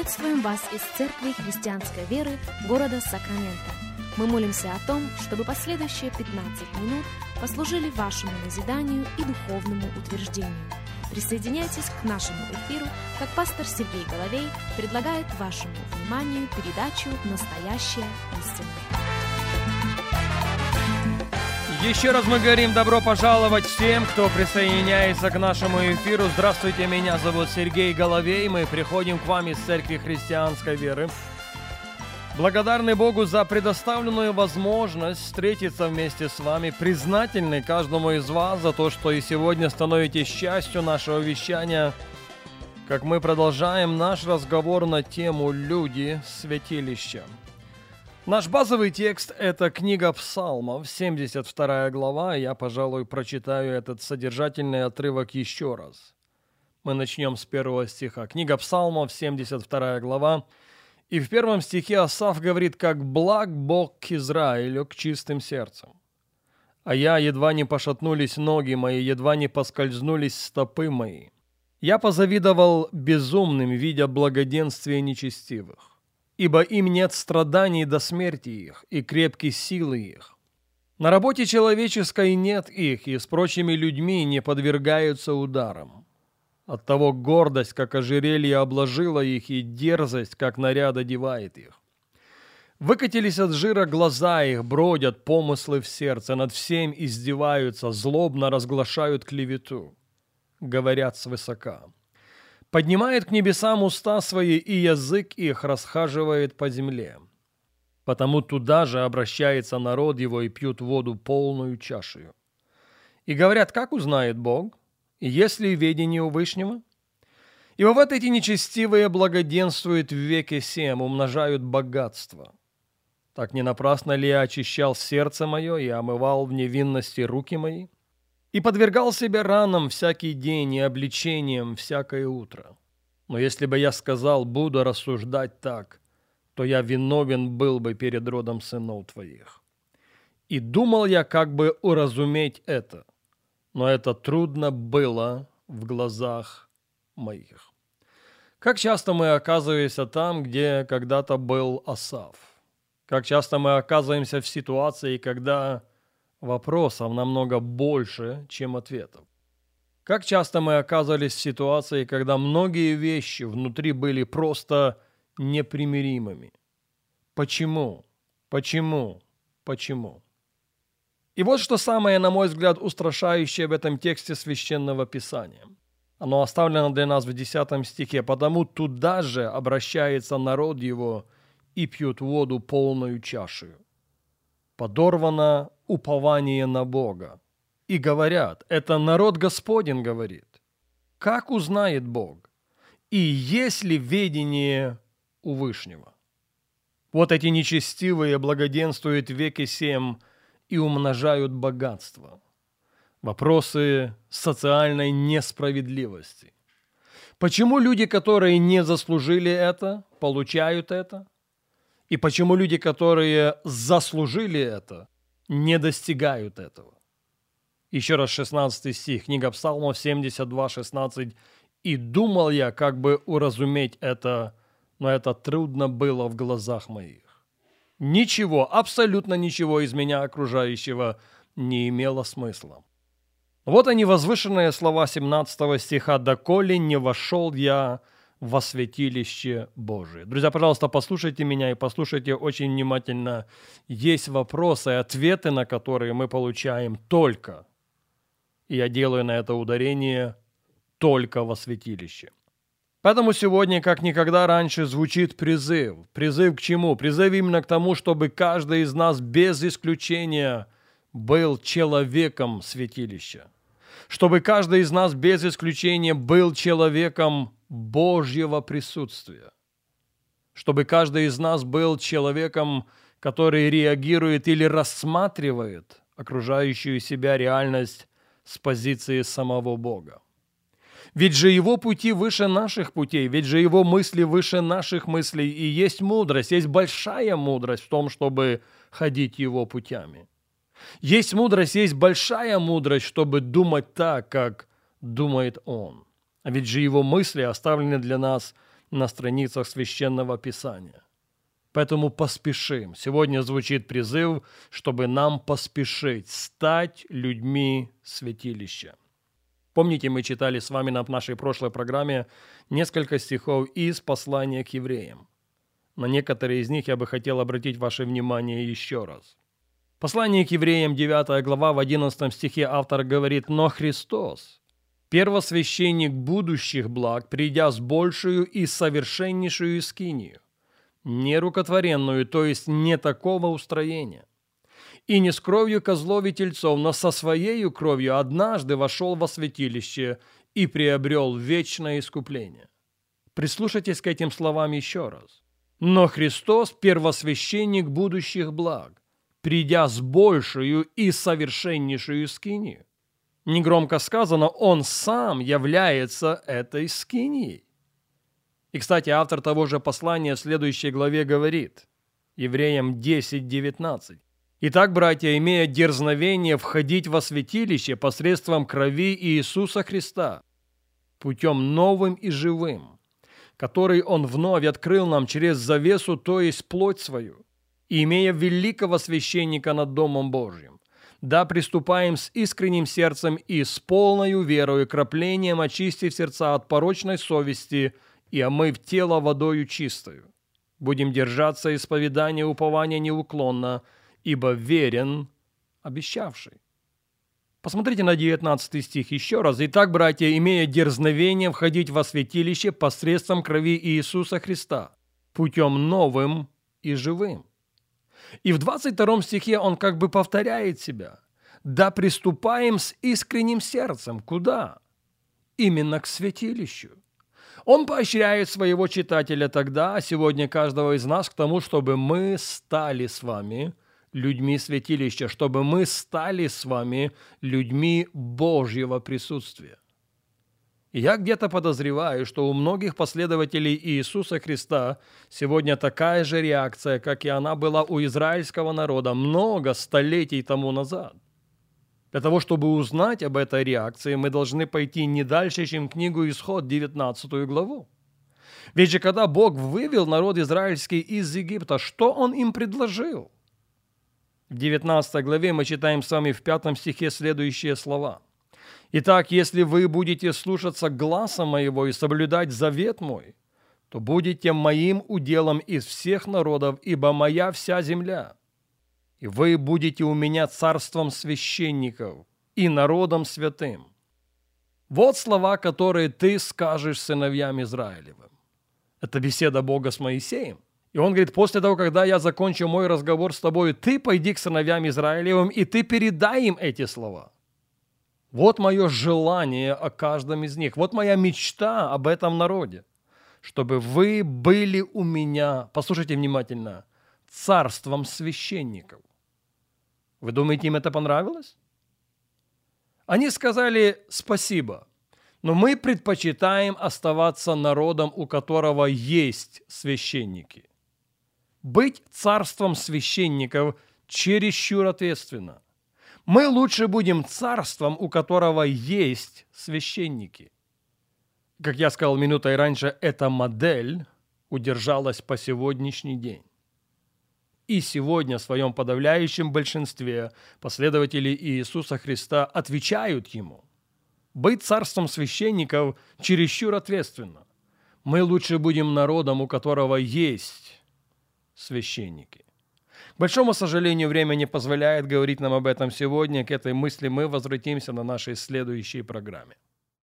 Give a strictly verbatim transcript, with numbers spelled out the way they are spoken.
Приветствуем вас из Церкви Христианской Веры города Сакраменто. Мы молимся о том, чтобы последующие пятнадцать минут послужили вашему назиданию и духовному утверждению. Присоединяйтесь к нашему эфиру, как пастор Сергей Головей предлагает вашему вниманию передачу «Настоящая истина». Еще раз мы говорим добро пожаловать всем, кто присоединяется к нашему эфиру. Здравствуйте, меня зовут Сергей Головей. Мы приходим к вам из Церкви Христианской Веры. Благодарны Богу за предоставленную возможность встретиться вместе с вами. Признательны каждому из вас за то, что и сегодня становитесь частью нашего вещания, как мы продолжаем наш разговор на тему «Люди святилища». Наш базовый текст – это книга Псалмов, семьдесят вторая глава. Я, пожалуй, прочитаю этот содержательный отрывок еще раз. Мы начнем с первого стиха. Книга Псалмов, семьдесят вторая глава. И в первом стихе Асаф говорит: «Как благ Бог к Израилю, к чистым сердцем. А я, едва не пошатнулись ноги мои, едва не поскользнулись стопы мои. Я позавидовал безумным, видя благоденствие нечестивых. Ибо им нет страданий до смерти их, и крепкой силы их. На работе человеческой нет их, и с прочими людьми не подвергаются ударам. Оттого гордость, как ожерелье, обложила их, и дерзость, как наряд, одевает их. Выкатились от жира глаза их, бродят помыслы в сердце, над всем издеваются, злобно разглашают клевету, говорят свысока. Поднимает к небесам уста свои, и язык их расхаживает по земле. Потому туда же обращается народ его, и пьют воду полную чашею. И говорят: как узнает Бог? И есть ли ведение у Вышнего? Ибо вот эти нечестивые благоденствуют в веке сем, умножают богатство. Так не напрасно ли я очищал сердце мое и омывал в невинности руки мои? И подвергал себя ранам всякий день и обличениям всякое утро. Но если бы я сказал: буду рассуждать так, то я виновен был бы перед родом сынов твоих. И думал я, как бы уразуметь это, но это трудно было в глазах моих». Как часто мы оказываемся там, где когда-то был Асаф? Как часто мы оказываемся в ситуации, когда вопросов намного больше, чем ответов. Как часто мы оказывались в ситуации, когда многие вещи внутри были просто непримиримыми. Почему? Почему? Почему? И вот что самое, на мой взгляд, устрашающее в этом тексте Священного Писания. Оно оставлено для нас в десятом стихе. «Потому туда же обращается народ его, и пьют воду полную чашею. Подорвано упование на Бога. И говорят, это народ Господень говорит. Как узнает Бог? И есть ли ведение у Вышнего? Вот эти нечестивые благоденствуют в веке сем и умножают богатство». Вопросы социальной несправедливости. Почему люди, которые не заслужили это, получают это? И почему люди, которые заслужили это, не достигают этого? Еще раз шестнадцатый стих, книга Псалмов семьдесят два шестнадцать. «И думал я, как бы уразуметь это, но это трудно было в глазах моих». Ничего, абсолютно ничего из меня окружающего не имело смысла. Вот они, возвышенные слова семнадцатого стиха: «Доколе не вошел я во святилище Божие». Друзья, пожалуйста, послушайте меня и послушайте очень внимательно. Есть вопросы, ответы на которые мы получаем только, и я делаю на это ударение, только во святилище. Поэтому сегодня, как никогда раньше, звучит призыв. Призыв к чему? Призыв именно к тому, чтобы каждый из нас без исключения был человеком святилища. Чтобы каждый из нас без исключения был человеком Божьего присутствия. Чтобы каждый из нас был человеком, который реагирует или рассматривает окружающую себя реальность с позиции самого Бога. Ведь же Его пути выше наших путей, ведь же Его мысли выше наших мыслей, и есть мудрость, есть большая мудрость в том, чтобы ходить Его путями. Есть мудрость, есть большая мудрость, чтобы думать так, как думает Он. А ведь же Его мысли оставлены для нас на страницах Священного Писания. Поэтому поспешим. Сегодня звучит призыв, чтобы нам поспешить стать людьми святилища. Помните, мы читали с вами на нашей прошлой программе несколько стихов из послания к евреям. На некоторые из них я бы хотел обратить ваше внимание еще раз. Послание к евреям, девятая глава, в одиннадцатом стихе автор говорит: «Но Христос, первосвященник будущих благ, придя с большую и совершеннейшую скинию, не рукотворенную, то есть не такого устроения, и не с кровью козлов и тельцов, но со своею кровью однажды вошел во святилище и приобрел вечное искупление». Прислушайтесь к этим словам еще раз. «Но Христос, первосвященник будущих благ, придя с большую и совершеннейшую скинию». Негромко сказано, Он сам является этой скинией. И, кстати, автор того же послания в следующей главе говорит, Евреям десять девятнадцать. «Итак, братья, имея дерзновение входить во святилище посредством крови Иисуса Христа, путем новым и живым, который Он вновь открыл нам через завесу, то есть плоть свою, и имея великого священника над Домом Божьим, да приступаем с искренним сердцем и с полною верою, краплением очистив сердца от порочной совести и омыв тело водою чистою. Будем держаться исповедания упования неуклонно, ибо верен обещавший». Посмотрите на девятнадцатый стих еще раз. «Итак, братья, имея дерзновение входить во святилище посредством крови Иисуса Христа, путем новым и живым». И в двадцать втором стихе он как бы повторяет себя. «Да приступаем с искренним сердцем». Куда? Именно к святилищу. Он поощряет своего читателя тогда, а сегодня каждого из нас к тому, чтобы мы стали с вами людьми святилища, чтобы мы стали с вами людьми Божьего присутствия. И я где-то подозреваю, что у многих последователей Иисуса Христа сегодня такая же реакция, как и она была у израильского народа много столетий тому назад. Для того, чтобы узнать об этой реакции, мы должны пойти не дальше, чем книгу Исход, девятнадцатую главу. Ведь же когда Бог вывел народ израильский из Египта, что Он им предложил? В девятнадцатой главе мы читаем с вами в пятом стихе следующие слова. «Итак, если вы будете слушаться гласа моего и соблюдать завет мой, то будете моим уделом из всех народов, ибо моя вся земля. И вы будете у меня царством священников и народом святым». Вот слова, которые ты скажешь сыновьям Израилевым. Это беседа Бога с Моисеем. И он говорит: после того, когда я закончу мой разговор с тобой, ты пойди к сыновьям Израилевым, и ты передай им эти слова. Вот мое желание о каждом из них. Вот моя мечта об этом народе. Чтобы вы были у меня, послушайте внимательно, царством священников. Вы думаете, им это понравилось? Они сказали: спасибо, но мы предпочитаем оставаться народом, у которого есть священники. Быть царством священников чересчур ответственно. Мы лучше будем царством, у которого есть священники. Как я сказал минутой раньше, эта модель удержалась по сегодняшний день. И сегодня в своем подавляющем большинстве последователи Иисуса Христа отвечают Ему. Быть царством священников чересчур ответственно. Мы лучше будем народом, у которого есть священники. К большому сожалению, время не позволяет говорить нам об этом сегодня. К этой мысли мы возвратимся на нашей следующей программе.